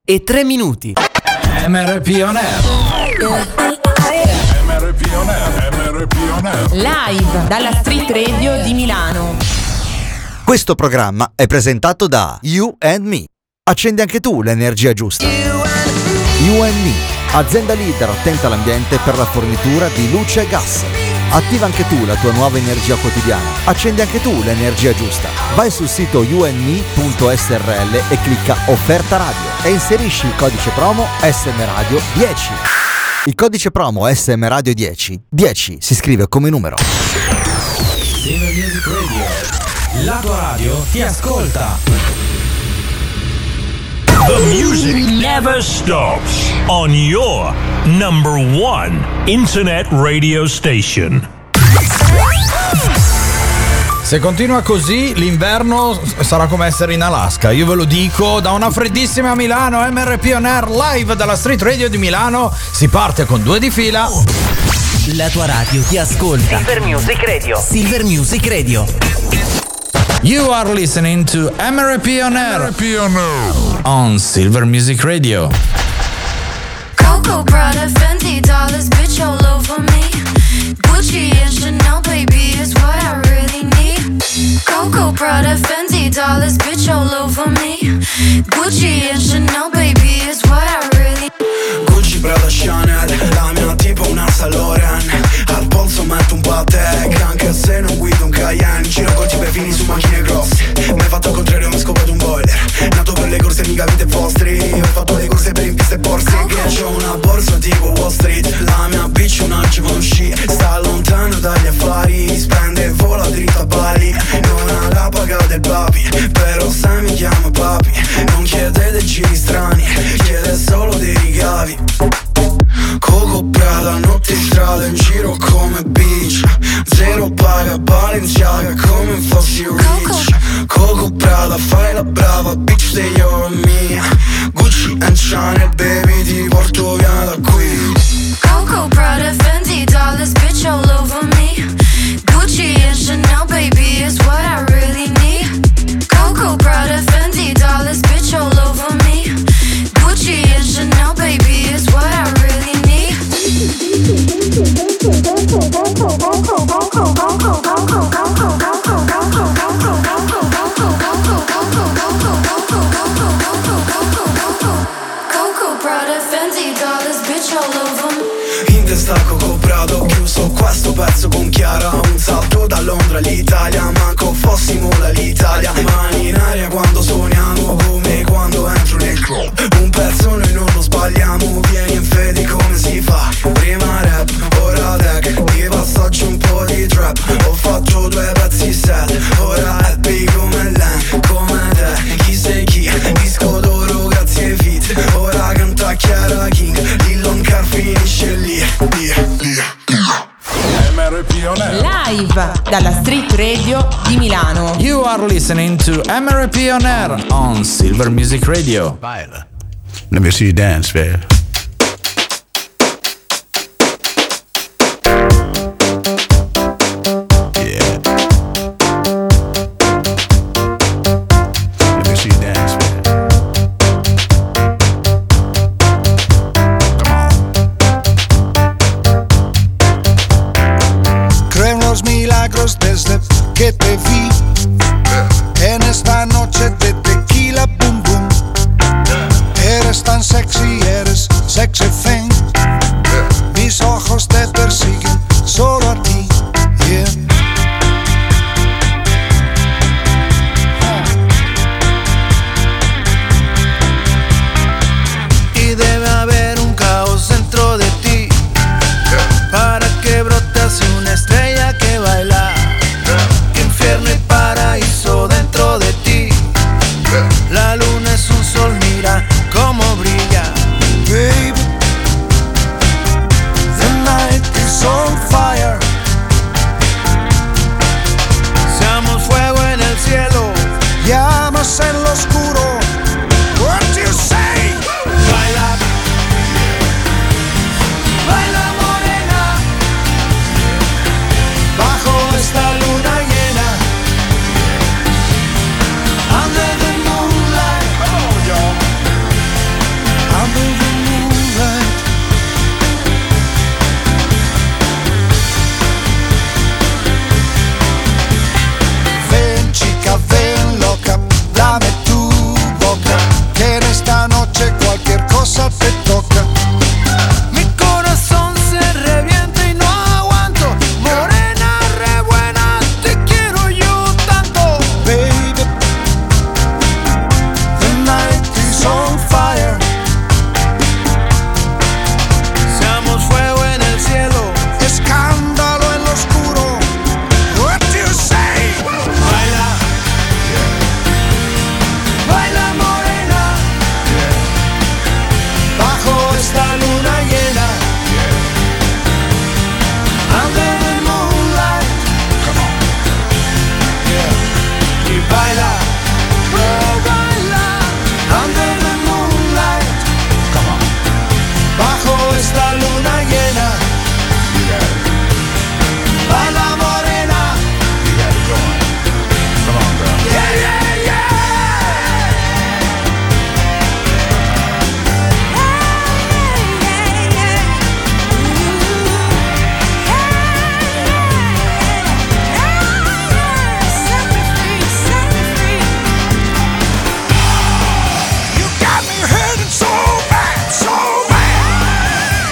e 3 minuti. MRP On Air. MRP On Air. MRP On Air. Live dalla Street Radio di Milano. Questo programma è presentato da You and Me. Accendi anche tu l'energia giusta. You and Me, azienda leader attenta all'ambiente per la fornitura di luce e gas. Attiva anche tu la tua nuova energia quotidiana. Accendi anche tu l'energia giusta. Vai sul sito youndme.srl e clicca Offerta Radio e inserisci il codice promo SM Radio 10. Il codice promo SM Radio 10 si scrive come numero. Silver Music Radio. La tua radio ti ascolta. The music never stops on your number one internet radio station. Se continua così, l'inverno sarà come essere in Alaska. Io ve lo dico, da una freddissima Milano, MRP On Air live dalla Street Radio di Milano. Si parte con 2 di fila. La tua radio ti ascolta. Silver Music Radio. Silver Music Radio. You are listening to MRP On Air. MRP On Air. On Silver Music Radio. Coco, Prada, Fendi, dollars, bitch all over me. Gucci and Chanel, baby, is what I really need. Coco, Prada, Fendi, dollars, bitch all over me. Gucci and Chanel, baby, is what I really need. Gucci, Prada, Chanel, la mia tipo una Saint Laurent. Al polso metto un Patek, anche se non guido un Cayenne. Giro col fini su macchine grosse. Mi hai fatto il contrario, mi ho scopato un boiler. Nato per le corse, mica vite vostri. Ho fatto le corse per in pista e borse. Che c'ho una borsa tipo Wall Street. La mia bitch un iPhone C. Sta lontano dagli affari. Spende e vola dritto a Bali. Non ha la paga del papi, però se mi chiama papi non chiede dei giri strani, chiede solo dei ricavi. Coco, Prada, notte in strada, in giro come beach. Zero paga, Balenciaga, come fossi rich. Coco, Prada, fai la brava, bitch, say you're me. Gucci and Chanel, baby, ti porto via da qui. Coco, Prada, Fendi, dollars, bitch all over me. Gucci and Chanel, baby, is what I really need. Coco, Prada, Fendi, dollars, bitch all over me. Gucci and Chanel, baby, is what I really need. Coco, Prada, Fendi, dollars, bitch all over me. In testa Coco, Prada, ho chiuso questo pezzo con Chiara. Un salto da Londra all'Italia, manco fossimo l'Italia. Mani in aria quando suoniamo, come quando entro nel club. Un pezzo noi non lo sbagliamo, vieni in fede come si fa. Prima rap, ora tech, di passaggio un po' di trap. Ho fatto 2 pezzi set, ora happy come Len, come te. Chi sei chi? Disco d'oro grazie fit. Ora canta Chiara King, Lillon Car finisce lì. MRP On Air. Live dalla Street Radio di Milano. You are listening to MRP On Air on Silver Music Radio. Let me see you dance, man. Yeah. Let me see you dance, man. Come on. Creo en los milagros desde que te vi. En esta noche de tequila, boom boom. Eres tan sexy, eres sexy thing. Mis ojos te persiguen solo a ti, yeah. Y debe haber un caos dentro de ti para que brote así una estrella que baila. Infierno y paraíso dentro de ti. La luna es un sol, mira cómo brilla. fire. Siamo el fuego en el cielo, escándalo en lo oscuro. What do you say? Baila, baila morena, bajo esta luna llena. Under the moonlight, come on, yeah. Y baila, oh baila, under the moonlight, come on, bajo esta luna llena. Baila morena, Come on, girl. yeah, yeah, yeah. You got me hurting so bad, so bad.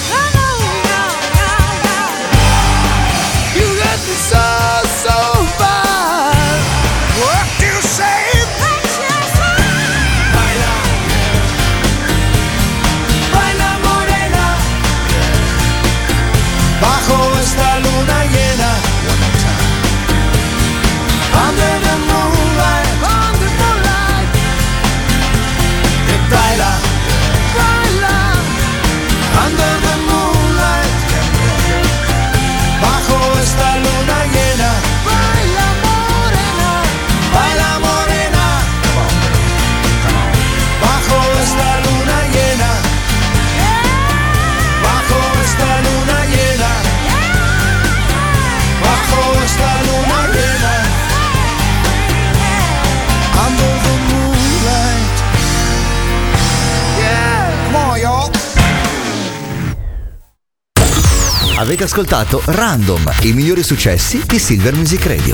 You got me so, so bad. What do you say? Baila, baila morena, bajo esta luna llena. Under the moonlight, y baila, baila, under the moonlight, bajo esta luna llena. Baila morena, baila morena, bajo esta luna llena, bajo esta luna llena, bajo esta luna llena. Under the moonlight, yeah, come on y'all. Avete ascoltato Random, i migliori successi di Silver Music Radio.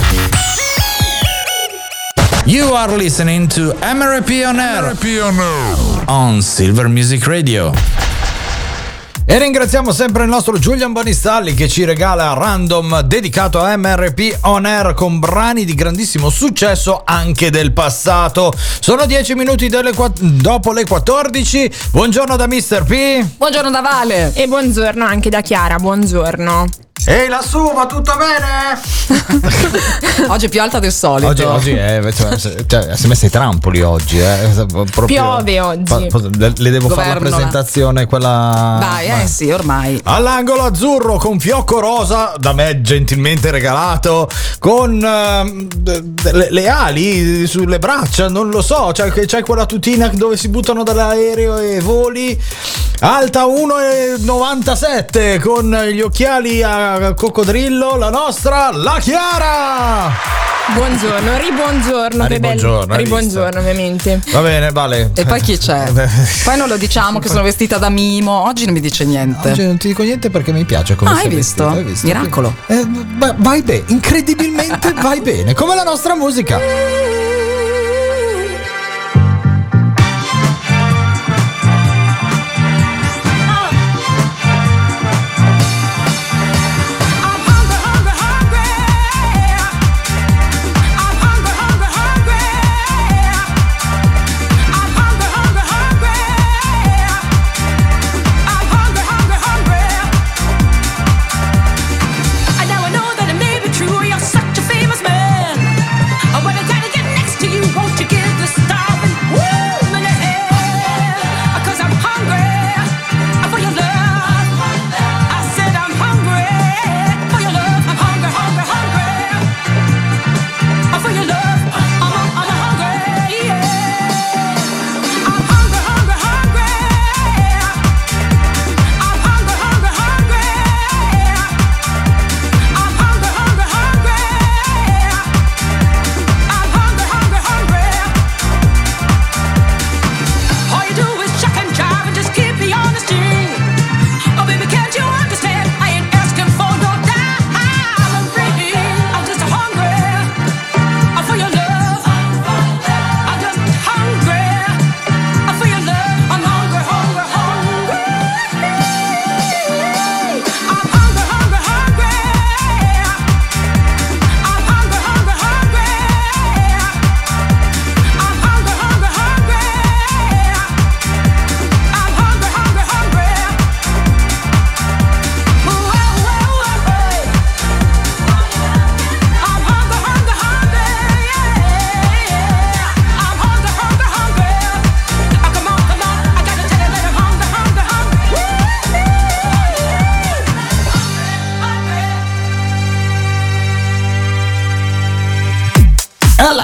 You are listening to MRP on Air on Silver Music Radio. E ringraziamo sempre il nostro Giulian Bonistalli che ci regala Random dedicato a MRP On Air con brani di grandissimo successo anche del passato. Sono 10 minuti dopo le 14. Buongiorno da Mr. P. Buongiorno da Vale. E buongiorno anche da Chiara, buongiorno. Ehi lassù, va tutto bene? Oggi è più alta del solito. Oggi è, cioè, si è messa ai trampoli oggi. Proprio, piove oggi. Le devo fare la presentazione, quella. Dai, sì, ormai. All'angolo azzurro con fiocco rosa, da me gentilmente regalato, con le ali sulle braccia, non lo so, c'è quella tutina dove si buttano dall'aereo e voli. Alta 1,97 con gli occhiali a coccodrillo, la nostra, la Chiara. Buongiorno, ribuongiorno, che bello. Ribuongiorno, ovviamente. Va bene, vale. E poi chi c'è? Poi non lo diciamo che sono vestita da mimo. Oggi non mi dice niente. Oggi non ti dico niente perché mi piace come sei visto? Hai visto? Miracolo. Vai bene, incredibilmente vai bene, come la nostra musica. I know that it may be true, you're such a famous man. But I gotta get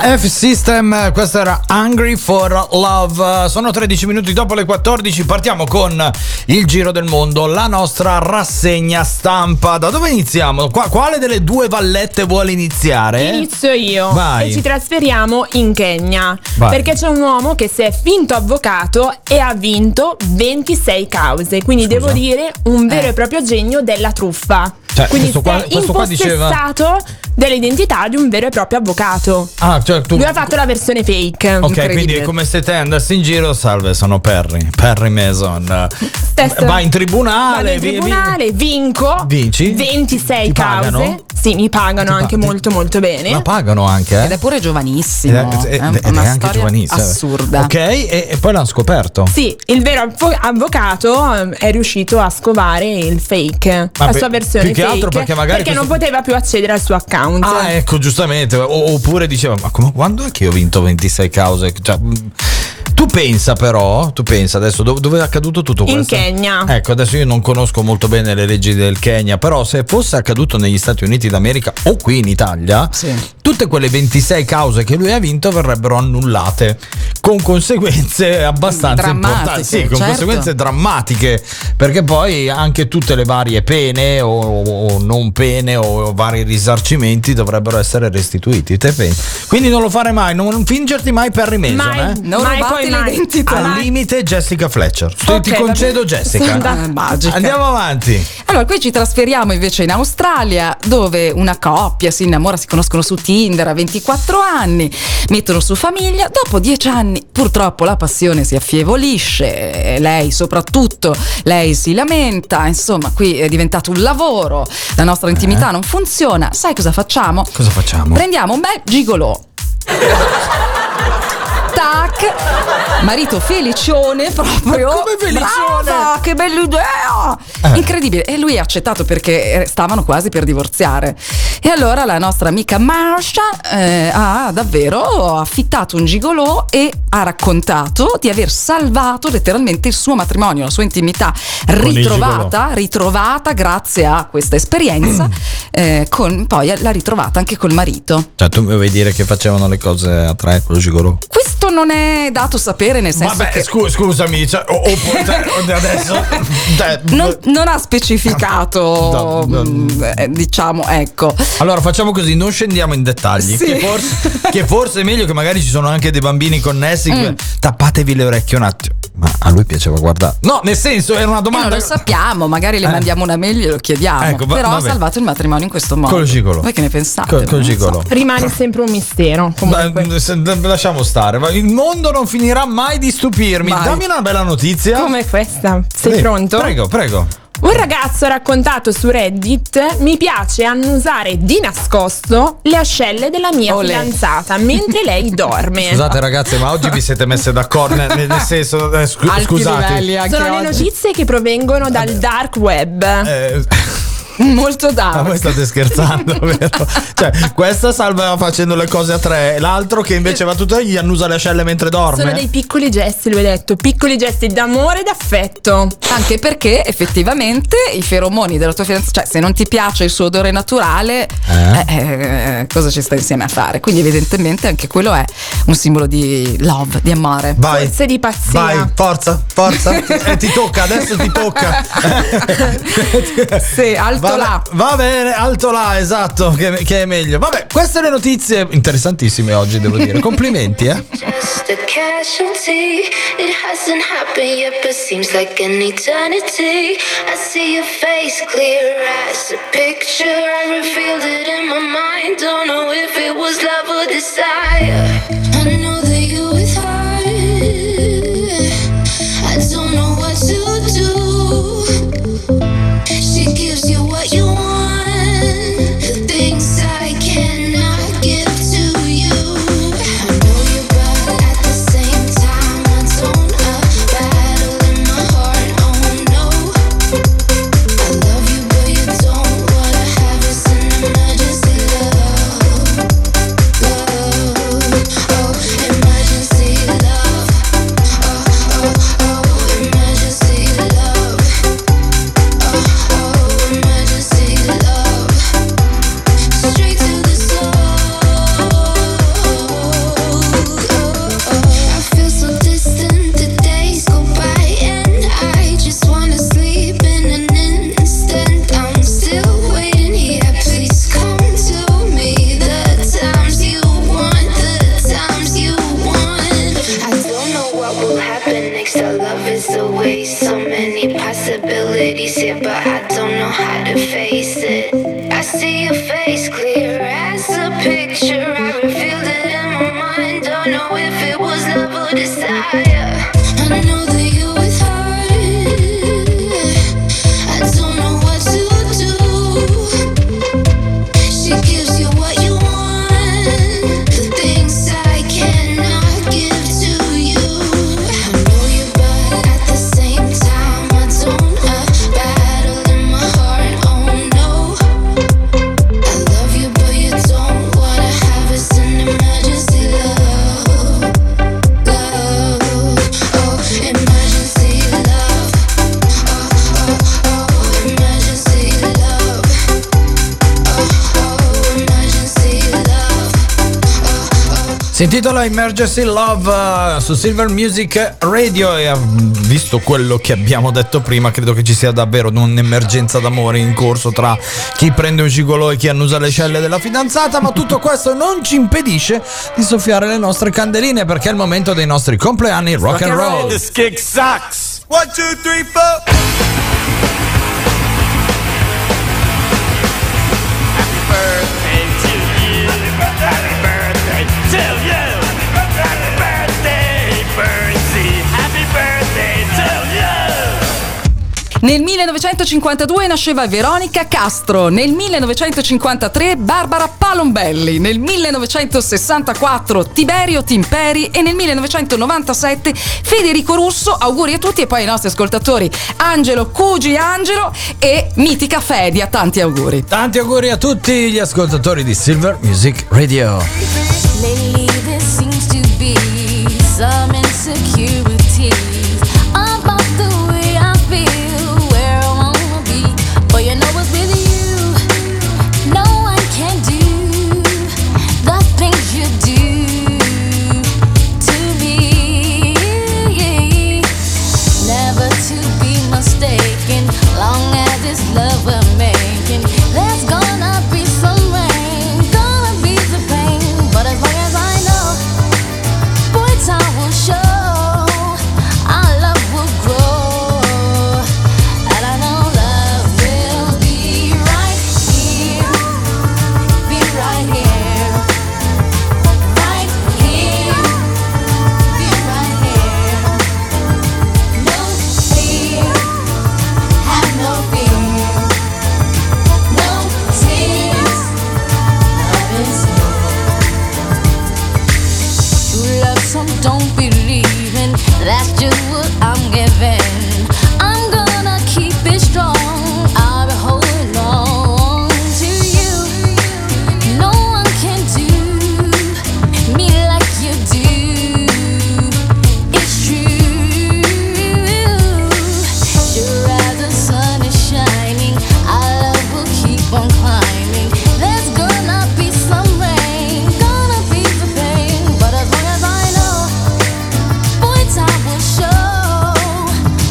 F-System, questo era Hungry for Love. Sono 13 minuti dopo le 14. Partiamo con il giro del mondo, la nostra rassegna stampa. Da dove iniziamo? Quale delle due vallette vuole iniziare? Inizio io. Vai. E ci trasferiamo in Kenya. Vai. Perché c'è un uomo che si è finto avvocato e ha vinto 26 cause. Quindi Scusa? devo dire un vero e proprio genio della truffa. Cioè, Quindi questo qua diceva... impossessato dell'identità di un vero e proprio avvocato. Ah, cioè tu... Lui ha fatto la versione fake. Ok, quindi è come se te andassi in giro, salve, sono Perry Mason. Vai in tribunale, Vado in tribunale, vinco. Vinci? 26 Ti cause. pagano? Sì, mi pagano anche molto molto bene. La pagano anche, Ed è pure giovanissimo. Ed è una anche storia giovanissimo. assurda. Ok, e poi l'hanno scoperto. Sì, il vero avvocato è riuscito a scovare il fake, la sua versione più che fake, altro perché magari non poteva più accedere al suo account. Ah, ecco, giustamente. Oppure diceva, ma quando è che ho vinto 26 cause? Cioè, tu pensa adesso dove è accaduto tutto questo? In Kenya. Ecco, adesso io non conosco molto bene le leggi del Kenya, però se fosse accaduto negli Stati Uniti d'America o qui in Italia, tutte quelle 26 cause che lui ha vinto verrebbero annullate con conseguenze abbastanza importanti. Sì, con conseguenze drammatiche, perché poi anche tutte le varie pene o non pene o vari risarcimenti dovrebbero essere restituiti. Te pensi? Quindi non lo fare mai, non fingerti mai Perry Mason, Mai, non rubate l'identità. Al limite Jessica Fletcher. Ok, ti concedo Jessica. Magica. Andiamo avanti. Allora, qui ci trasferiamo invece in Australia, dove una coppia si innamora, si conoscono su Tinder a 24 anni, mettono su famiglia. Dopo 10 anni purtroppo la passione si affievolisce, lei soprattutto, lei si lamenta, insomma qui è diventato un lavoro, la nostra intimità non funziona. Sai cosa facciamo? Cosa facciamo? Prendiamo un bel gigolò. Tac, marito felicione proprio. Ma come felicione? Brava, che bella idea! Incredibile. E lui ha accettato perché stavano quasi per divorziare. E allora la nostra amica Marsha ha davvero affittato un gigolò e ha raccontato di aver salvato letteralmente il suo matrimonio, la sua intimità ritrovata grazie a questa esperienza. Poi l'ha ritrovata anche col marito. Cioè, tu mi vuoi dire che facevano le cose a tre con lo gigolò? Questo non è dato sapere, nel senso Vabbè, che scusami, adesso non ha specificato, diciamo, ecco. Allora facciamo così, non scendiamo in dettagli, Sì. che forse è meglio, che magari ci sono anche dei bambini connessi. Tappatevi le orecchie un attimo. Ma a lui piaceva guardare? No, nel senso, era una domanda. Non lo sappiamo, magari le mandiamo una mail e glielo chiediamo. Ecco, però vabbè. ha salvato il matrimonio in questo modo. Col gigolò. Voi che ne pensate? Col gigolò. Rimane sempre un mistero. Comunque. Lasciamo stare. Il mondo non finirà mai di stupirmi. Mai. Dammi una bella notizia. Come questa? Sei Sì, pronto? Prego. Un ragazzo ha raccontato su Reddit: mi piace annusare di nascosto le ascelle della mia fidanzata mentre lei dorme. Scusate ragazze, ma oggi vi siete messe d'accordo? Nel senso, Alti scusate. livelli anche Sono le oggi. notizie che provengono dal dark web. Molto dark. Ma voi state scherzando, vero? Cioè, questa salva facendo le cose a tre, l'altro che invece va tutto e gli annusa le ascelle mentre dorme. Sono dei piccoli gesti, lui ha detto, piccoli gesti d'amore e d'affetto. Anche perché effettivamente i feromoni della tua fidanzata, cioè se non ti piace il suo odore naturale, cosa ci stai insieme a fare? Quindi evidentemente anche quello è un simbolo di love, di amore. Vai. Forse di pazzia. Vai, forza. Ti tocca, adesso ti tocca. Sì, alto là. Va bene, alto là, esatto, che è meglio. Vabbè, queste le notizie interessantissime oggi, devo dire. Complimenti, Just a casualty. It hasn't happened yet, but seems like an eternity. I see your face clear as a picture. I revealed it in my mind. Don't know if it was love or desire. I know that you with her. I don't know what to do. She gives you what you want, the things I cannot give to you. I know you, but at the same time I don't. A battle in my heart, oh no. I love you, but you don't. What I have is an emergency love. next to love is a waste. So many possibilities here, but I don't know how to face it. I see your face clear as a picture. I revealed it in my mind. Don't know if it was love or desire. I know that you with her. I don't know what to do. She gives you what you want, the things I cannot give to you. I know you, but at the same time I don't. A battle in my heart, oh no. I love you, but you don't. What I have is an emergency love, love, oh, emergency love, oh, oh, oh, emergency love, oh, oh, emergency love, oh, oh. Si intitola Emergency Love su Silver Music Radio e visto quello che abbiamo detto prima, credo che ci sia davvero un'emergenza d'amore in corso tra chi prende un gigolò e chi annusa le celle della fidanzata, ma tutto questo non ci impedisce di soffiare le nostre candeline perché è il momento dei nostri compleanni rock and roll. This gig sucks. 1, 2, 3, 4. Birthday to you. Happy birthday to you. Happy birthday, Bernsey. Happy birthday to you. Nel 1952 nasceva Veronica Castro, nel 1953 Barbara Palombelli, nel 1964 Tiberio Timperi e nel 1997 Federico Russo. Auguri a tutti e poi ai nostri ascoltatori Angelo Cugi Angelo e Mitica Fedia, tanti auguri. Tanti auguri a tutti gli ascoltatori di Silver Music Radio. Lately there seems to be some insecurities about the way I feel, where I wanna be. But you know what's with you, no one can do the things you do to me. Never to be mistaken, long as it's love we're making. There's gonna be some rain, gonna be the pain, but as long as I know, boy, time will show, our love will grow, and I know love will be right here, be right here, right here, be right here. No fear, have no fear, no tears, love is here. True love, some don't believe in, that's just what I'm giving. I'm gonna keep it strong, I'll be holding on to you. No one can do me like you do, it's true. Sure as the sun is shining, our love will keep on climbing. There's gonna be some rain, gonna be the pain, but as long as I know, boy, time will show,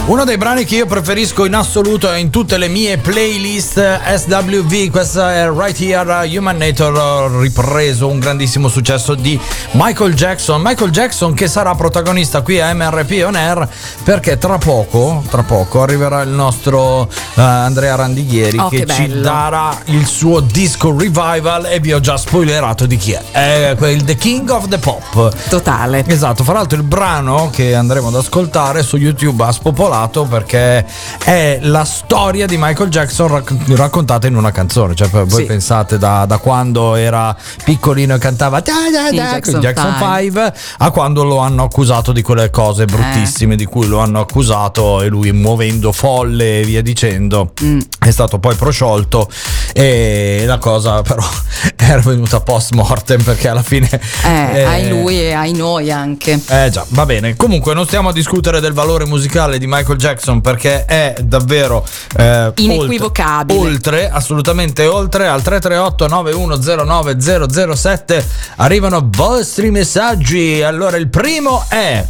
Uno dei brani che io preferisco in assoluto e in tutte le mie playlist SWV, questa è Right Here, Human Nature, ripreso un grandissimo successo di Michael Jackson. Michael Jackson che sarà protagonista qui a MRP On Air, perché tra poco arriverà il nostro Andrea Randighieri che ci darà il suo disco revival e vi ho già spoilerato di chi è il The King of the Pop. Totale. Esatto, fra l'altro il brano che andremo ad ascoltare su YouTube ha spopolato perché è la storia di Michael Jackson raccontata in una canzone. Cioè voi pensate da quando era piccolino e cantava Jackson 5 a quando lo hanno accusato di quelle cose bruttissime di cui lo hanno accusato, e lui muovendo folle e via dicendo è stato poi prosciolto, e la cosa però era venuta post mortem, perché alla fine ai lui e ai noi anche. Già, va bene. Comunque non stiamo a discutere del valore musicale di Michael Jackson, perché è davvero inequivocabile, assolutamente oltre. Al 338-9109-007 arrivano vostri messaggi. Allora il primo è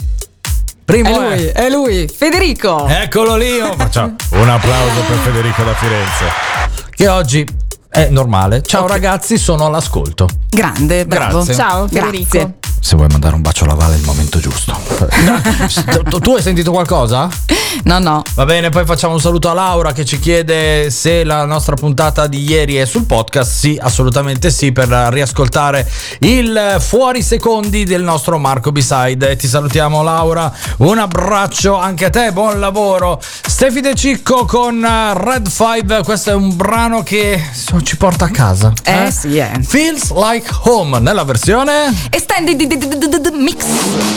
lui, Federico. Eccolo lì. Facciamo un applauso per Federico da Firenze, che oggi è normale. Ciao ragazzi, sono all'ascolto. Grande, bravo. Grazie. Ciao Federico. Grazie. Se vuoi mandare un bacio alla Vale è il momento giusto. Tu hai sentito qualcosa? No. Va bene, poi facciamo un saluto a Laura che ci chiede se la nostra puntata di ieri è sul podcast. Sì, assolutamente sì, per riascoltare il fuori secondi del nostro Marco B-Side. E ti salutiamo Laura, un abbraccio anche a te, buon lavoro. Stefi De Cicco con Red 5, questo è un brano che ci porta a casa. Sì. Feels Like Home nella versione Extended Mix.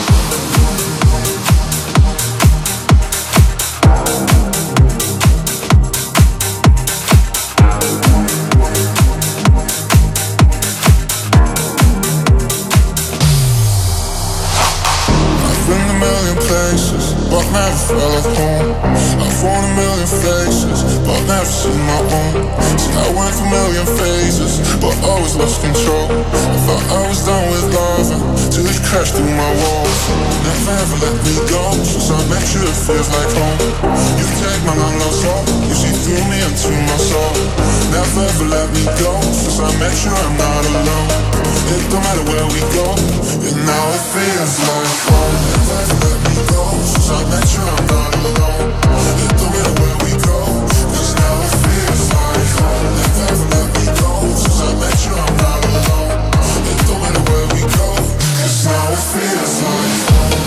But never felt at home. I've worn a million faces, but never seen my own. See, I went through a million phases, but always lost control. I thought I was done with loving, till it crashed through my walls. Never ever let me go, since I met you it feels like home. You take my long lost hope, you see through me into my soul. Never ever let me go, since I met you I'm not alone. It don't matter where we go, and now it feels like home. Never ever let me go, since I met you I'm not alone. It don't matter where we go, cause now it feels like home. Never ever let me go, since I met you I'm not alone. It don't matter where we go, cause now it feels like home.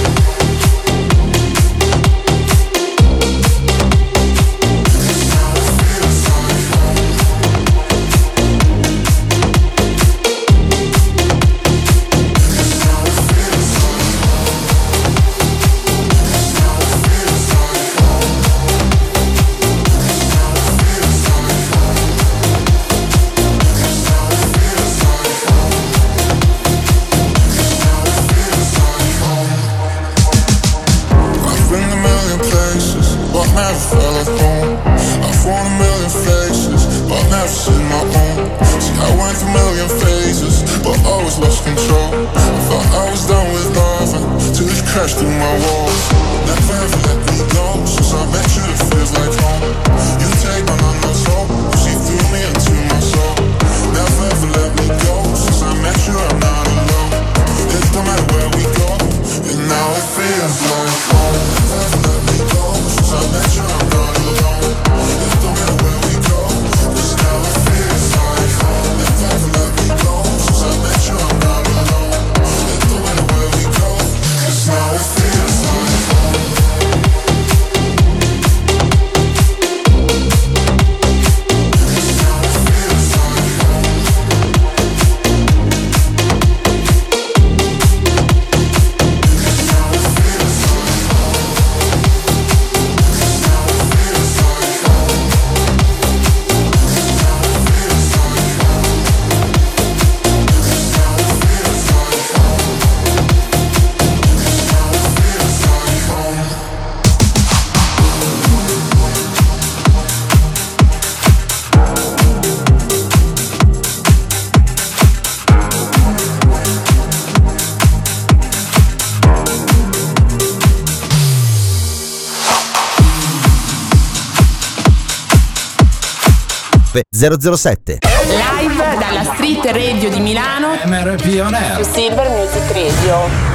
Never felt at home. I've worn a million faces, but never seen my own. See, I went through a million phases, but always lost control. I thought I was done with loving, till it crashed through my walls. Never ever let me go, since I met you it feels like home. You take my lost hope, you see through me into my soul. Never ever let me go, since I met you I'm not alone. It don't matter where we go, and now it feels like home. Never ever let me go, since I met you I'm not alone. It don't matter where we go, cause now it feels like home. Never ever let me go, since I met you I'm not alone. It don't matter where we go, cause now it feels like home. 999 007. Live dalla Street Radio di Milano, MRP On Air su Silver Music Radio.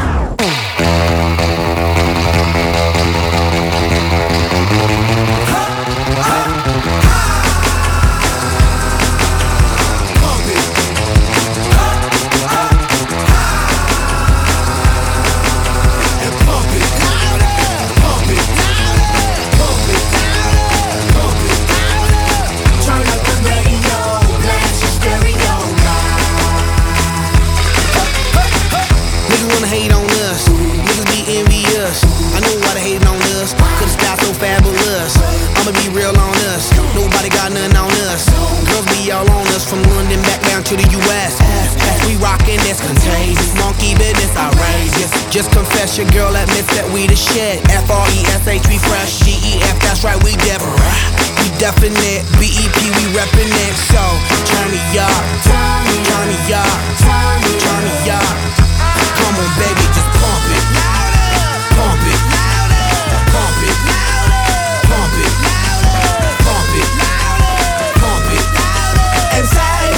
Hate on us, niggas be envious. I know why they hating on us, cause the style so fabulous. I'ma be real on us, nobody got nothing on us. Girls be all on us, from London back down to the US. We rockin', that's contagious, monkey business outrageous. Just confess your girl admits that we the shit. F-R-E-S-H, we fresh, G-E-F, that's right, we different. We definite, B-E-P, we reppin' it. So, turn me up, turn me up, turn me up. Come on, baby, just pump it. Pump it. Pump it. Pump it. Pump it. Pump it. And say,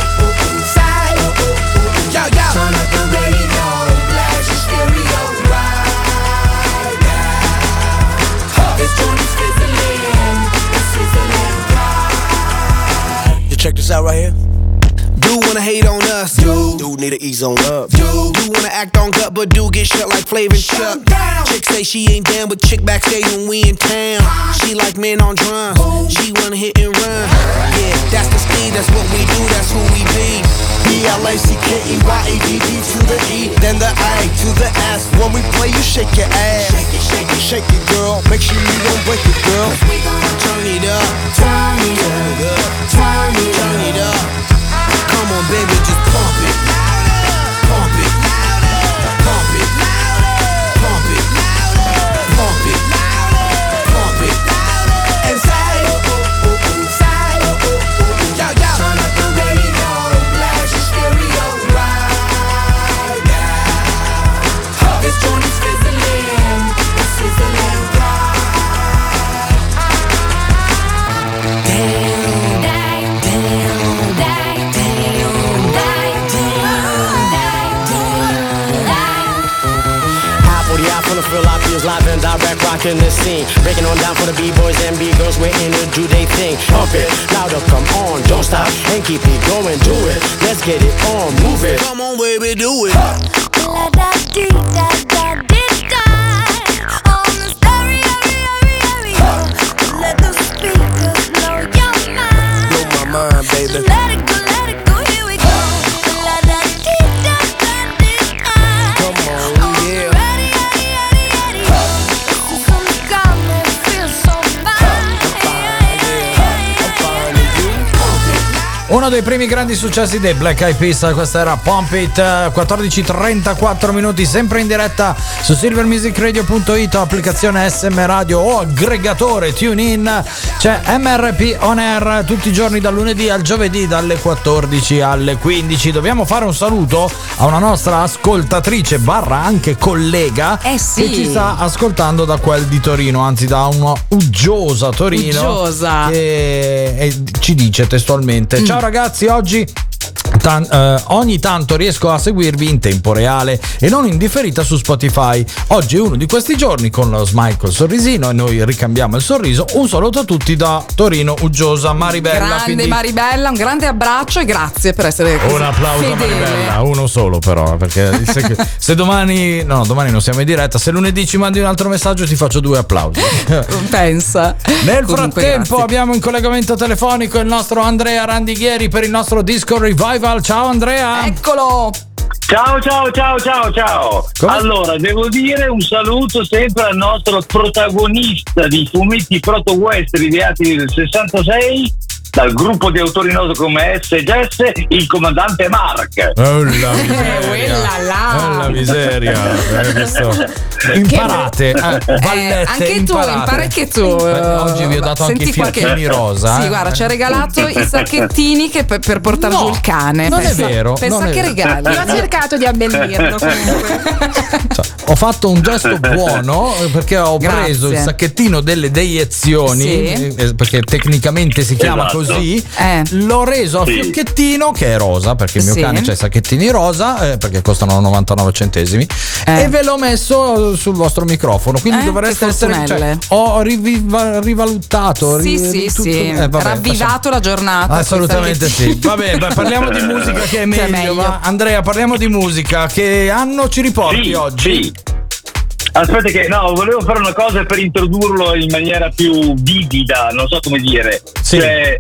yo, yo. Turn up the radio, blast your stereo right now. This joint is fizzling, it's sizzling right. You check this out right here. Do wanna hate on us, do need to ease on up, do wanna act on gut, but do get shut like Flavor and Chuck. Chick say she ain't down, but chick backstage when we in town. She like men on drums, she wanna hit and run. Yeah, that's the speed, that's what we do, that's who we be. B-L-A-C-K-E-Y-A-D-D to the E, then the A to the S. When we play, you shake your ass. Shake it, girl. Make sure you don't break it, girl. We gon' turn it up, turn it up, turn it up. Come on, baby, just pump it. Pump it. Pump it. Pump it. Pump it. Pump it. And say, yo, yo. Turn up the radio, blast your stereo right now. This joint is fizzling, it's sizzling right. Damn. Philadelphia's live and direct, rocking the scene. Breaking on down for the B-boys and B-girls, we're in to do they thing. Pump it, louder, come on, don't stop, and keep it going, do it. Let's get it on, move it. Come on, baby, do it. La-da-dee-da-da-dee-da. On the stereo, let the speakers blow your mind. Blow my mind, baby. Let it go, here we go. La-da-dee-da-da-dee-da. Come on, yeah. Uno dei primi grandi successi dei Black Eyed Peas, questa era Pump It. 14:34 minuti, sempre in diretta su silvermusicradio.it, applicazione SM Radio o aggregatore TuneIn. C'è MRP On Air tutti i giorni dal lunedì al giovedì dalle 14 alle 15. Dobbiamo fare un saluto a una nostra ascoltatrice barra anche collega sì, che ci sta ascoltando da quel di Torino, anzi da una uggiosa Torino, che ci dice testualmente: ciao ragazzi, oggi ogni tanto riesco a seguirvi in tempo reale e non in differita su Spotify. Oggi è uno di questi giorni con lo smile col sorrisino e noi ricambiamo il sorriso. Un saluto a tutti da Torino uggiosa Maribella. Grande quindi... Maribella, un grande abbraccio e grazie per essere così un applauso fedele. a Maribella, uno solo però, perché se domani non siamo in diretta, se lunedì ci mandi un altro messaggio ti faccio 2 applausi. Pensa. Nel Comunque, frattempo grazie. abbiamo in collegamento telefonico il nostro Andrea Randighieri per il nostro Disco Revival. Ciao Andrea. Eccolo. Ciao. Allora, devo dire un saluto sempre al nostro protagonista di fumetti proto-western ideati nel 66, dal gruppo di autori noto come S.J.S., il comandante Mark. Oh la miseria. Imparate, Vallette, anche tu, impara anche tu. Oggi vi ho dato anche i fiocchini rosa. Sì, guarda, ci ha regalato i sacchettini che per portare giù il cane. Non è vero. Pensa che regali. Io ho cercato di abbellirlo comunque. Ho fatto un gesto buono perché ho preso il sacchettino delle deiezioni, perché tecnicamente si chiama così. così, l'ho reso a fiocchettino, che è rosa, perché il mio cane c'ha i sacchettini rosa, perché costano 99 centesimi, e ve l'ho messo sul vostro microfono, quindi dovreste essere, cioè, ho rivalutato, ravvivato la giornata. Assolutamente sì. Vabbè, parliamo di musica che è meglio, va? Andrea, parliamo di musica. Che anno ci riporti oggi? Sì. Aspetta che volevo fare una cosa per introdurlo in maniera più vivida, non so come dire. Sì. Cioè,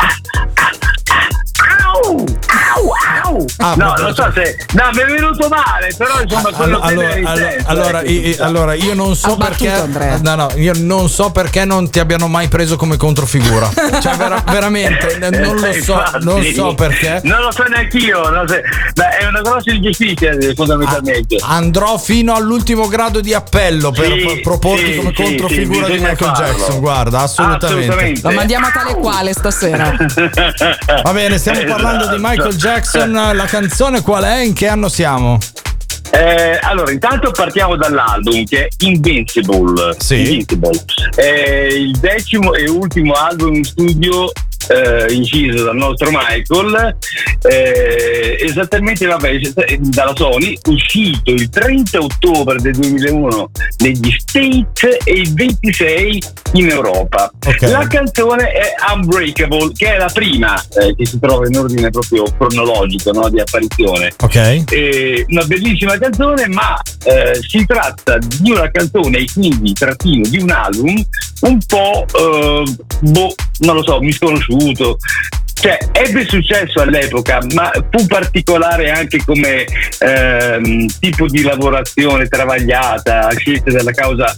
non so se mi è venuto male, però insomma allora io non so perché io non so perché non ti abbiano mai preso come controfigura, cioè veramente non lo so, non so perché, non lo so neanch'io, è una grossa ingiustizia fondamentalmente. Andrò fino all'ultimo grado di appello per proporti come controfigura di Michael Jackson, guarda, assolutamente. Lo mandiamo a tale quale stasera. Va bene, stiamo parlando di Michael Jackson. La canzone qual è? In che anno siamo? Allora, intanto partiamo dall'album che è Invincible. Invincible. È il 10° e ultimo album in studio inciso dal nostro Michael, esattamente dalla Sony, uscito il 30 ottobre del 2001 negli States e il 26 in Europa. La canzone è Unbreakable, che è la prima che si trova in ordine proprio cronologico, no, di apparizione. Una bellissima canzone, ma si tratta di una canzone e quindi trattino di un album un po' non lo so, misconosciuto. Cioè, ebbe successo all'epoca, ma fu particolare anche come tipo di lavorazione travagliata, a causa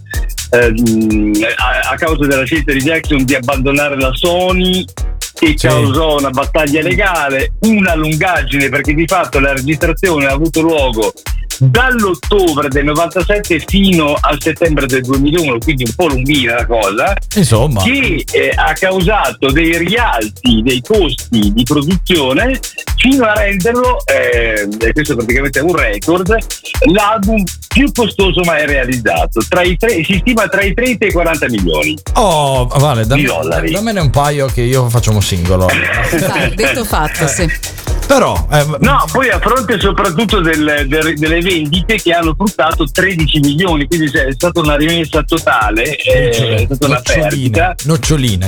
della scelta di Jackson di abbandonare la Sony, che causò una battaglia legale, una lungaggine, perché di fatto la registrazione ha avuto luogo dall'ottobre del 97 fino al settembre del 2001, quindi un po' lunghina la cosa, insomma, che ha causato dei rialzi dei costi di produzione fino a renderlo, questo praticamente è un record, l'album più costoso mai realizzato, si stima tra i 30 e i 40 milioni vale, di dollari. Dammene un paio che io faccio un singolo. Detto fatto, sì. Però poi a fronte soprattutto delle vendite che hanno fruttato 13 milioni, quindi è stata una rimessa totale, è stata una perdita. Noccioline,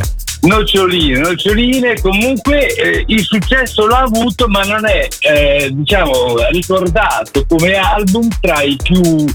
comunque il successo l'ha avuto, ma non è ricordato come album tra i più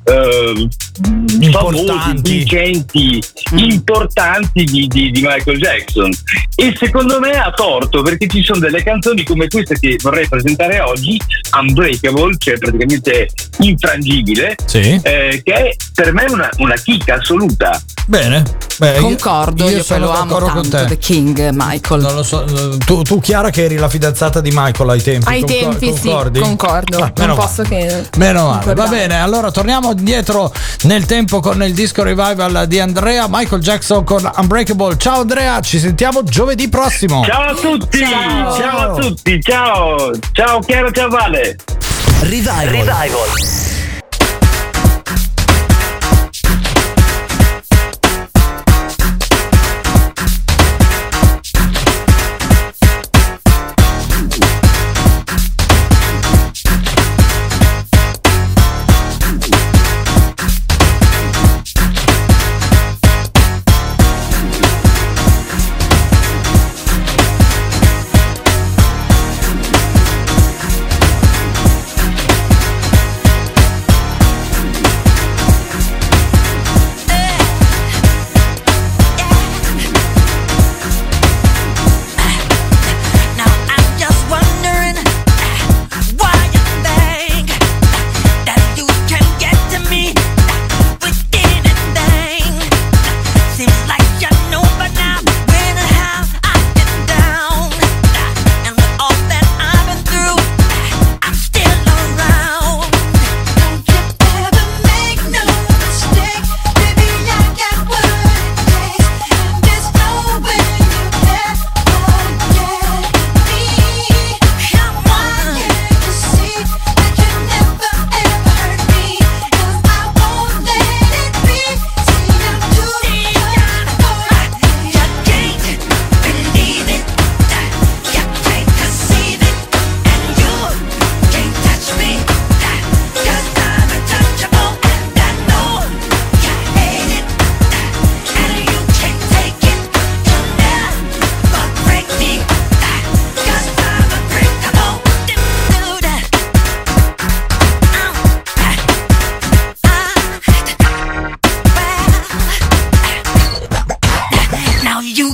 famosi, vincenti, importanti di Michael Jackson, e secondo me ha torto, perché ci sono delle canzoni come questa che vorrei presentare oggi, Unbreakable, cioè praticamente infrangibile, che è per me una chicca assoluta. Bene, concordo, io sono lo amo tanto, The King, Michael. Non lo so, tu Chiara, che eri la fidanzata di Michael ai tempi, concordi? Sì, concordo, non posso che meno male. Va bene, allora torniamo indietro nel tempo con il disco revival di Andrea, Michael Jackson con Unbreakable. Ciao Andrea, ci sentiamo giovedì prossimo. Ciao a tutti, ciao a tutti, ciao Chiara, ciao Vale. Revival.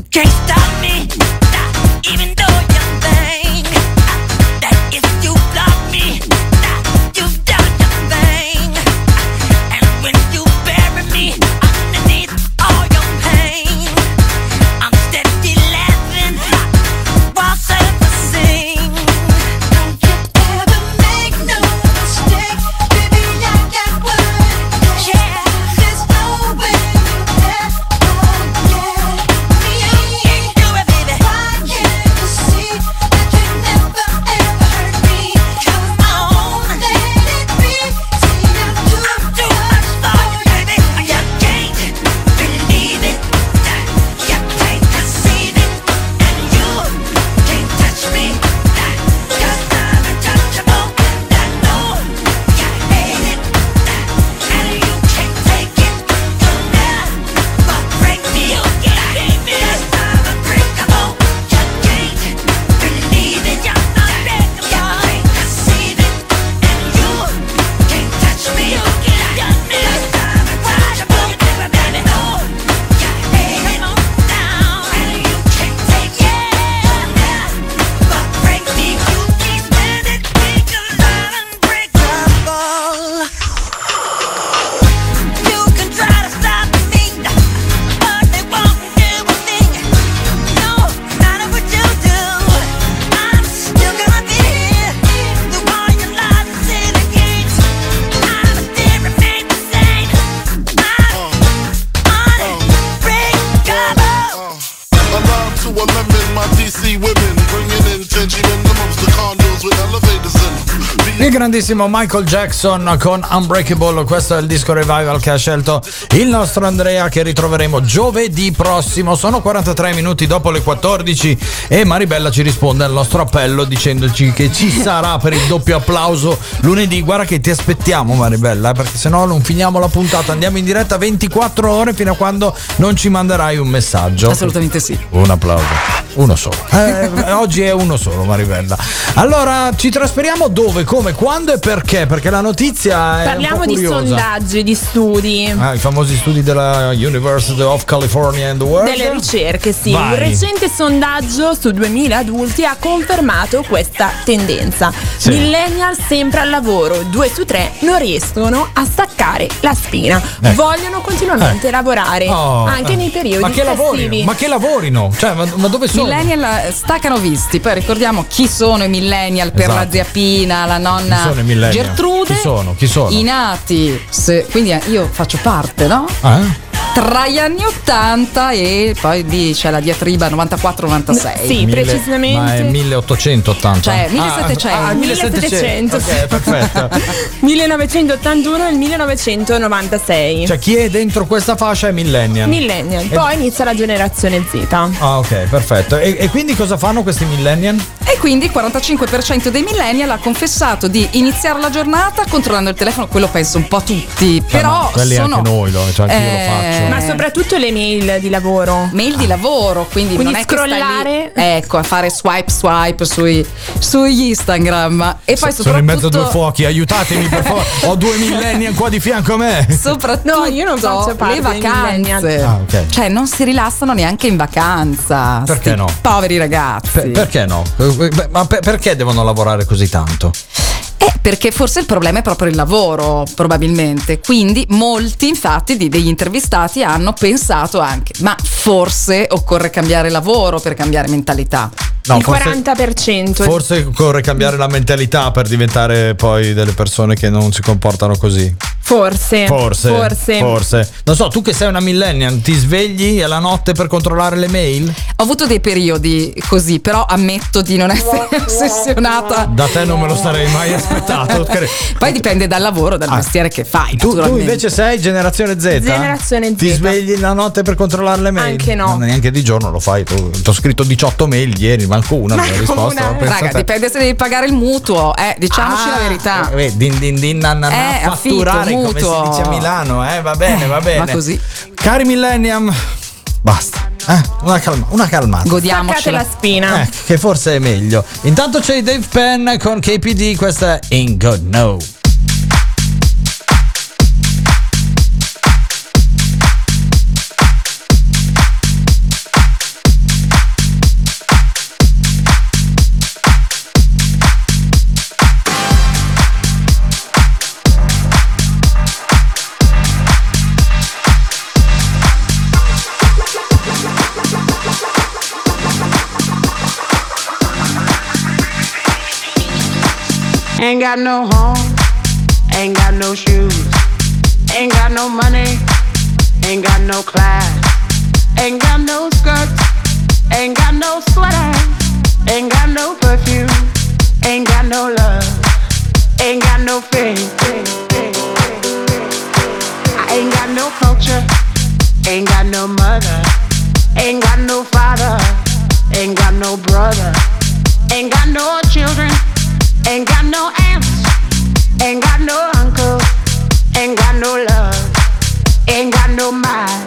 can't stop me, even though you think that if you block me, you've done your thing. And when you bury me underneath all your pain, I'm steady laughing while surfacing. Don't you ever make no mistake, baby, I got one. Yeah, there's no way you ever get me. Do it, baby. Why can't you see that you never ever hurt me? Come on, let it be. See, I'm too much for you, baby. You can't believe it, you can't conceive it, and you can't touch me, 'cause I'm untouchable. I know you hate it, and you can't take it. You'll never break me, 'cause I'm unbreakable. You can't believe it, you can't conceive it, and you can't touch me, 'cause I'm untouchable. Baby, no, you hate it now, and you can't take it. You'll never break me, you keep standing, because I'm unbreakable. You can try to stop me, but they won't do a thing. No matter what you do, I'm still gonna be here. Through all your lies and sin and gates, I will still remain the same. I'm unbreakable. Alarm to a lemon, my DC women bringing in Tenchi minimums, the condos with elevators in them. Il grandissimo Michael Jackson con Unbreakable, questo è il disco revival che ha scelto il nostro Andrea, che ritroveremo giovedì prossimo. Sono 43 minuti dopo le 14 e Maribella ci risponde al nostro appello dicendoci che ci sarà per il doppio applauso lunedì. Guarda che ti aspettiamo, Maribella, perché sennò non finiamo la puntata, andiamo in diretta 24 ore fino a quando non ci manderai un messaggio. Assolutamente sì. Un applauso, uno solo. Oggi è uno solo, Maribella. Allora ci trasferiamo dove, come, quando e perché? Perché la notizia è Parliamo un po' di curiosa. sondaggi, di studi. I famosi studi della University of California and the World. Delle ricerche, sì. Vai. Un recente sondaggio su 2000 adulti ha confermato questa tendenza. Sì. Millennial sempre al lavoro, 2 su 3 non riescono a staccare la spina. Vogliono continuamente lavorare, anche nei periodi ma che festivi. lavorino? Ma che lavorino? Cioè, ma dove sono? Millennial staccano visti, poi ricordiamo chi sono i millennial per Esatto. la zia Pina, la nonna Chi sono i millennial? Gertrude. Chi sono? I nati, quindi io faccio parte, no? Tra gli anni 80 e poi lì c'è la diatriba 94-96. Sì, precisamente. Ma è 1880. Cioè 1700. 1700. Ok, perfetto. 1981 e il 1996. Cioè chi è dentro questa fascia è millennial. Millennial. Poi inizia la generazione Z. Ah, ok, perfetto. E quindi cosa fanno questi millennial? E quindi il 45% dei millennial ha confessato di iniziare la giornata controllando il telefono. Quello penso un po' tutti. Però quelli sono anche noi, cioè anche io lo faccio. Ma soprattutto le mail di lavoro. Mail di lavoro, quindi non è scrollare. che stai lì, ecco, a fare swipe sugli Instagram. E poi Sono in mezzo a due soprattutto fuochi, aiutatemi per favore. Ho 2 millennial qua di fianco a me. soprattutto No, io non faccio parte le dei millennial. vacanze. Ah, ok. Cioè non si rilassano neanche in vacanza. Perché sti no? Poveri ragazzi. Perché no? Ma perché devono lavorare così tanto? Perché forse il problema è proprio il lavoro, probabilmente. Quindi molti, infatti, degli intervistati hanno pensato anche: ma forse occorre cambiare lavoro per cambiare mentalità. No, il 40%. Forse occorre cambiare la mentalità per diventare poi delle persone che non si comportano così. Forse. Non so, tu che sei una millennial, ti svegli alla notte per controllare le mail? Ho avuto dei periodi così, però ammetto di non essere ossessionata. Da te non me lo sarei mai aspettato. Poi dipende dal lavoro, dal mestiere che fai. Tu invece sei generazione Z? Generazione Z. Ti svegli la notte per controllare le mail? Anche no. Neanche di giorno lo fai. Ti ho scritto 18 mail ieri, manco una non ho risposto. Raga, dipende se devi pagare il mutuo, diciamoci la verità. Fatturare affitto, come si mutuo. dice a Milano, va bene, va bene. Ma così. Cari millennium, basta. Una calmata. Godiamocela. Staccate la spina. Che forse è meglio. Intanto c'è Dave Penn con KPD, questa è Ain't Good No. Ain't got no home, ain't got no shoes, ain't got no money, ain't got no class, ain't got no skirts, ain't got no sweater, ain't got no perfume, ain't got no love, ain't got no faith. I ain't got no culture, ain't got no mother, ain't got no father, ain't got no brother, ain't got no children, ain't got no aunts, ain't got no uncle, ain't got no love, ain't got no mind.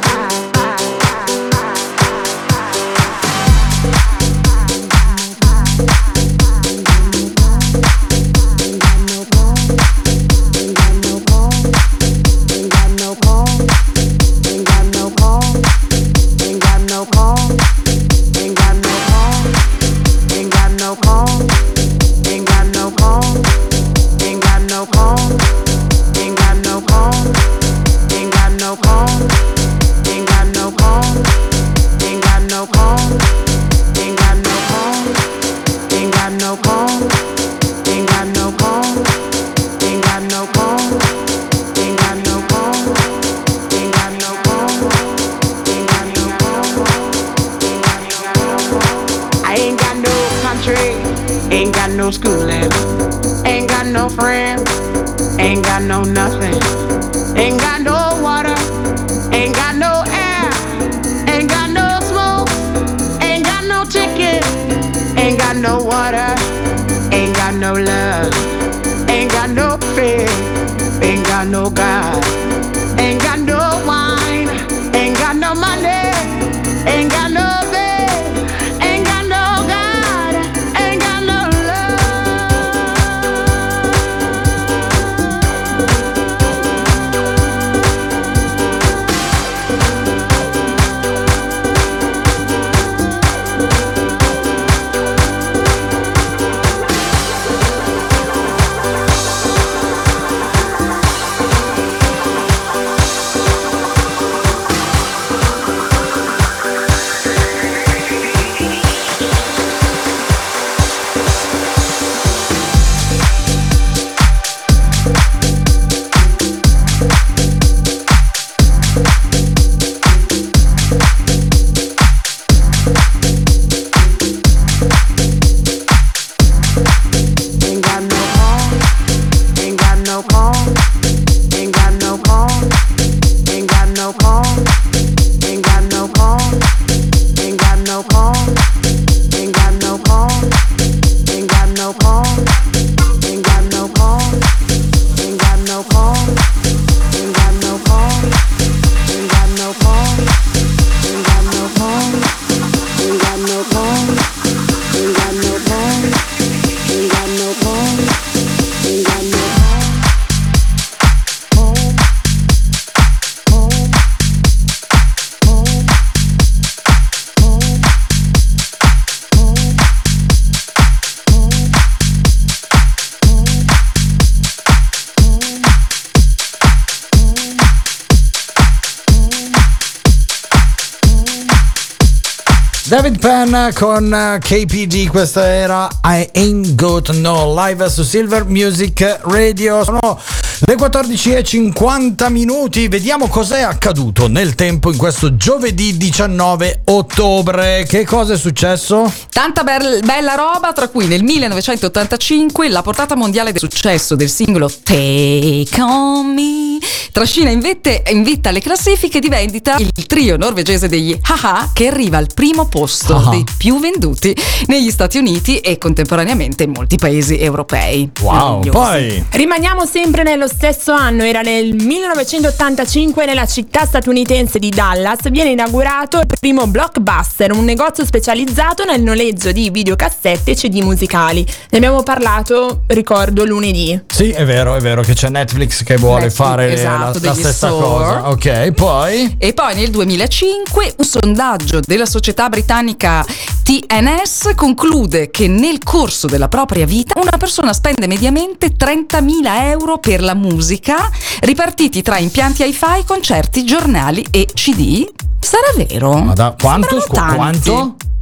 Ain't got no schooling, ain't got no friends, ain't got no nothing, ain't got no water, ain't got no air, ain't got no smoke, ain't got no ticket, ain't got no water, ain't got no love, ain't got no faith, ain't got no God, ain't got no wine, ain't got no money, ain't got no David Penn con KPD, questa era I Ain't Got No, live su Silver Music Radio. Sono le 14:50. Vediamo cos'è accaduto nel tempo in questo giovedì 19 ottobre. Che cosa è successo? Tanta bella roba, tra cui nel 1985 la portata mondiale del successo del singolo Take On Me trascina in vetta alle classifiche di vendita il trio norvegese degli a-ha, che arriva al primo posto dei più venduti negli Stati Uniti e contemporaneamente in molti paesi europei. Wow, poi rimaniamo sempre nello stesso anno, era nel 1985, nella città statunitense di Dallas viene inaugurato il primo Blockbuster, un negozio specializzato nel noleggio di videocassette e CD musicali. Ne abbiamo parlato, ricordo, lunedì. Sì, è vero che c'è Netflix che vuole fare la stessa cosa. Ok, poi? E poi nel 2005 un sondaggio della società britannica TNS conclude che nel corso della propria vita una persona spende mediamente 30.000 euro per la musica, ripartiti tra impianti hi-fi, concerti, giornali e CD. Sarà vero? Ma quanto?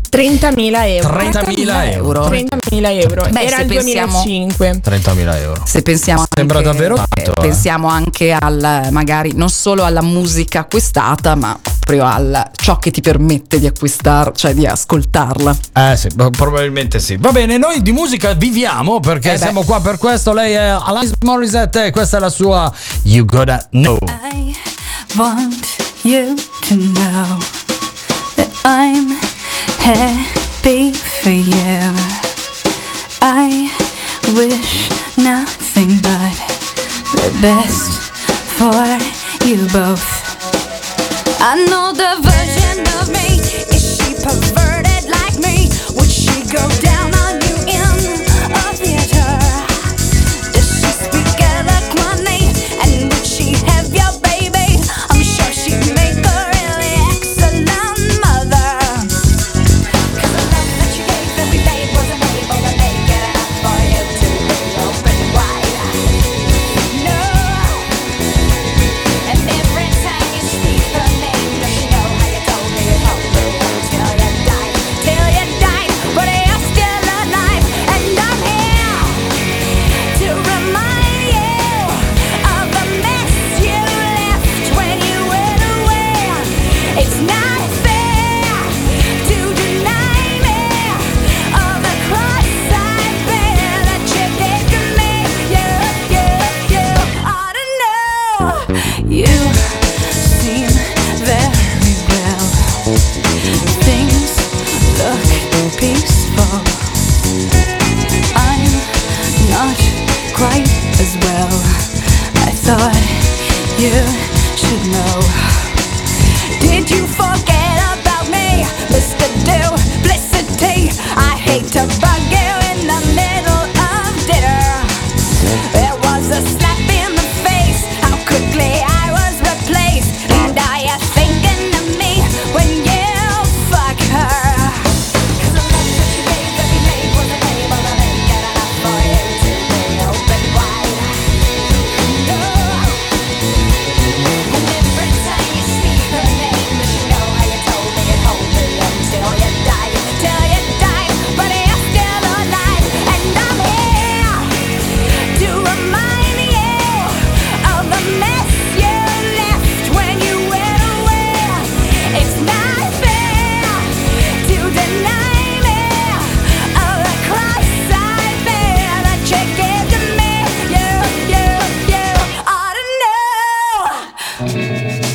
30.000 euro. 30.000 euro. 30.000 euro. Beh, Era se il pensiamo- 2005. 30.000 euro. Se pensiamo Sembra anche, davvero tanto, pensiamo anche al, magari non solo alla musica acquistata, ma proprio al ciò che ti permette di acquistar, cioè di ascoltarla. Sì, probabilmente sì. Va bene, noi di musica viviamo perché siamo qua per questo. Lei è Alanis Morissette e questa è la sua You Gotta Know. I want you to know that I'm happy for you. I wish nothing but the best for you both. I know the version of me. Is she perverted like me? Would she go down on you in a theater? Does she speak eloquently? And would she have your baby? I'm sure she'd make a really excellent mother. 'Cause the love that you gave every day wasn't able to make it enough for you to be open wide. No. And every time you speak her name, does she know how you told me you told me till you died? Till you died, but you're still alive. And I'm here to remind you of the mess you left when you went away. It's not fair to deny me of the cross I bear that you gave to me. You ought to know. You seem very well. Things look peaceful. I'm not quite as well. I thought you should know. Did you forget about me, Mr. Duplicity? I hate to bug you in the middle of dinner. There was a slap in the face, how quickly I was replaced. And are you thinking of me when you fuck her? 'Cause the love that you gave every day wasn't able to make it enough for you to be open wide. No. And every time you speak her name, does she know how you told me you told me until you died? Till you died, but you're still alive. And I'm here to remind you of the mess you left when you went away. It's not fair to deny me of the cross I bear that you gave to me. You ought to know.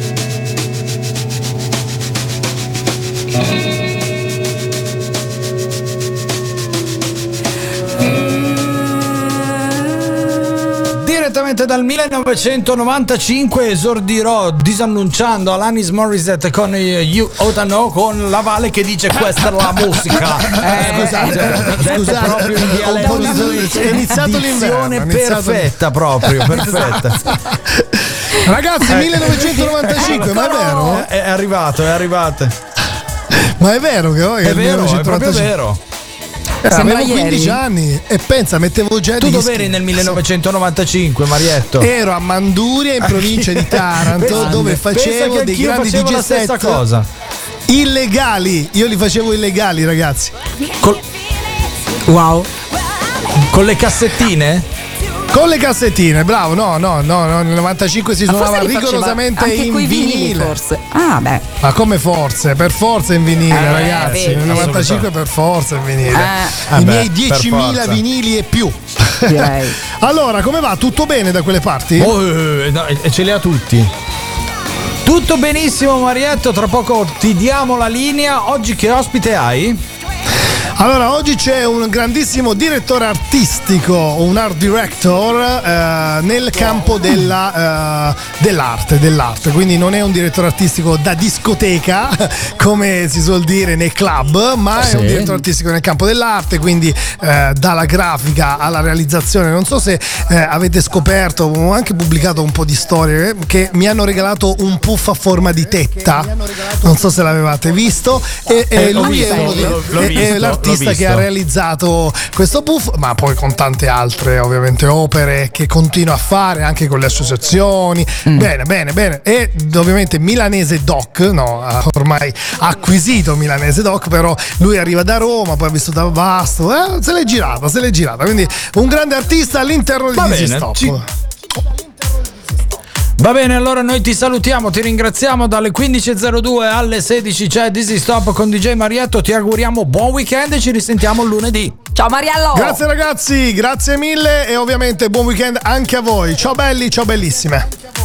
Direttamente dal 1995 esordirò disannunciando Alanis Morissette con You Oughta Know, con la Vale che dice questa è la musica. Scusate, proprio in dialetto è iniziato l'inverno, perfetta, proprio perfetta. Ragazzi, 1995, ma è vero? È arrivato. Ma è vero che È vero, è proprio vero. Sembra avevo 15 ieri. anni e pensa, mettevo già Tu dischi. dove eri nel 1995, Marietto? Ero a Manduria in provincia di Taranto, dove facevo dei grandi DJ la stessa set cosa. illegali. Io li facevo illegali, ragazzi. Wow. Con le cassettine? Con le cassettine, bravo. No, nel 95 si suonava rigorosamente anche in coi vinili, vinile. forse. Ah, beh. Ma come forze? Per forza in vinile, ragazzi. vedi. Nel 95 per forza in vinile. I beh, miei per 10.000 forza. vinili e più. Direi. Allora, come va? Tutto bene da quelle parti? No, e ce li ha tutti. Tutto benissimo, Marietto. Tra poco ti diamo la linea. Oggi che ospite hai? Allora, oggi c'è un grandissimo direttore artistico, un art director nel campo dell'arte, quindi non è un direttore artistico da discoteca, come si suol dire nei club, ma è un direttore artistico nel campo dell'arte, quindi dalla grafica alla realizzazione. Non so se avete scoperto, ho anche pubblicato un po' di storie che mi hanno regalato un puff a forma di tetta, non so se l'avevate visto, e lui è uno l'ho visto. l'artista che ha realizzato questo puff, ma poi con tante altre ovviamente opere che continua a fare anche con le associazioni. Bene. E ovviamente Milanese Doc, no, ha ormai acquisito Milanese Doc, però lui arriva da Roma, poi ha vissuto a Vasto, se l'è girata, quindi un grande artista all'interno di Easy Stop. Va bene, allora noi ti salutiamo, ti ringraziamo. Dalle 15.02 alle 16 c'è Dizzy Stop con DJ Marietto. Ti auguriamo buon weekend e ci risentiamo lunedì. Ciao Mariello. Grazie ragazzi, grazie mille e ovviamente buon weekend anche a voi. Ciao belli, ciao bellissime.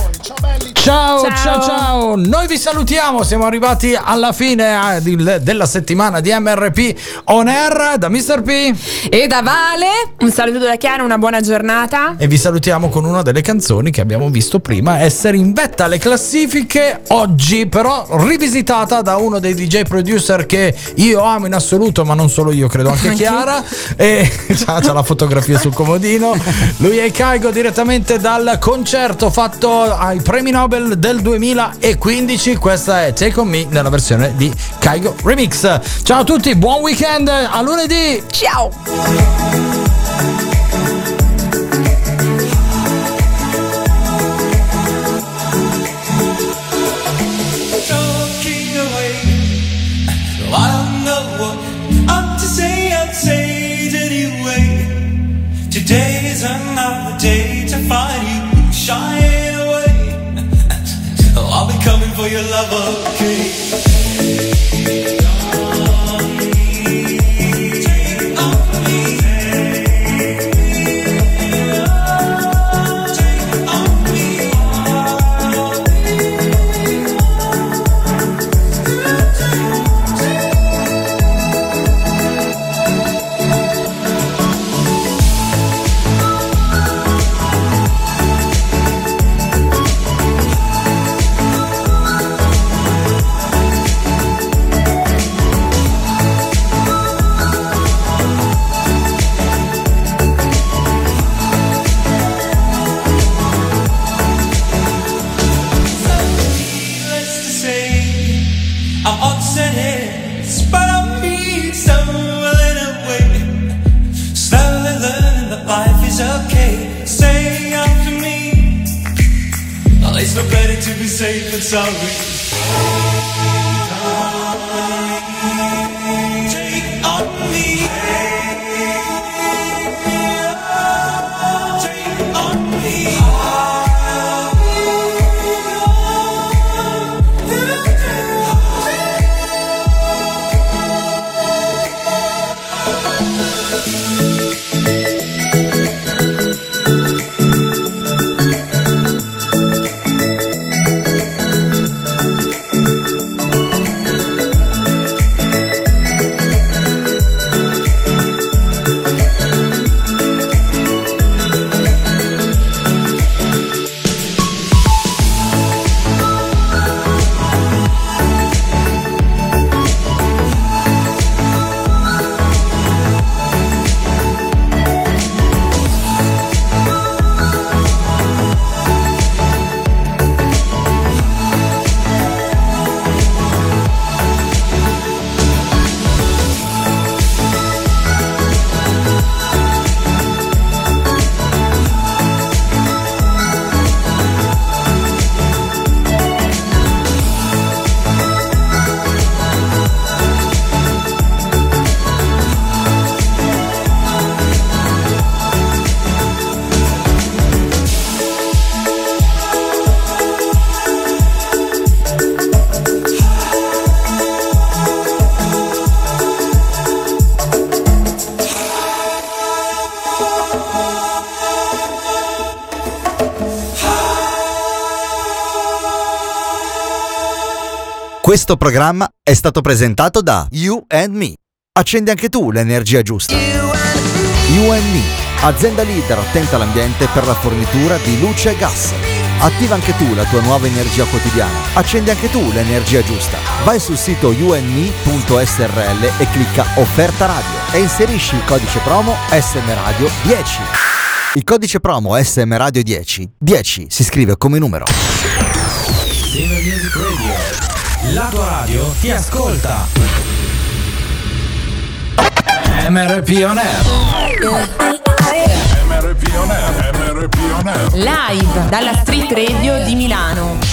Ciao. Noi vi salutiamo, siamo arrivati alla fine della settimana di MRP On Air. Da Mr. P e da Vale, un saluto da Chiara, una buona giornata. E vi salutiamo con una delle canzoni che abbiamo visto prima essere in vetta alle classifiche oggi, però rivisitata da uno dei DJ producer che io amo in assoluto, ma non solo io, credo anche Chiara. E c'ha la fotografia sul comodino. Lui è Kygo, direttamente dal concerto fatto ai Premi Nobel del 2015. Questa è Take On Me nella versione di Kygo Remix. Ciao a tutti, buon weekend, a lunedì. Ciao. Today is another day to find you shying away. I'll be coming for your love, okay? It's no better to be safe than sorry. Take on me. Take on me. Questo programma è stato presentato da You and Me. Accendi anche tu l'energia giusta. You and Me, azienda leader attenta all'ambiente per la fornitura di luce e gas. Attiva anche tu la tua nuova energia quotidiana. Accendi anche tu l'energia giusta. Vai sul sito yoandme.srl e clicca Offerta Radio e inserisci il codice promo SM Radio 10. Il codice promo SM Radio 10 si scrive come numero. Silver Music Radio. La tua radio ti ascolta. MRP On Air. MRP On Air. MRP On Air. Live dalla Street Radio di Milano.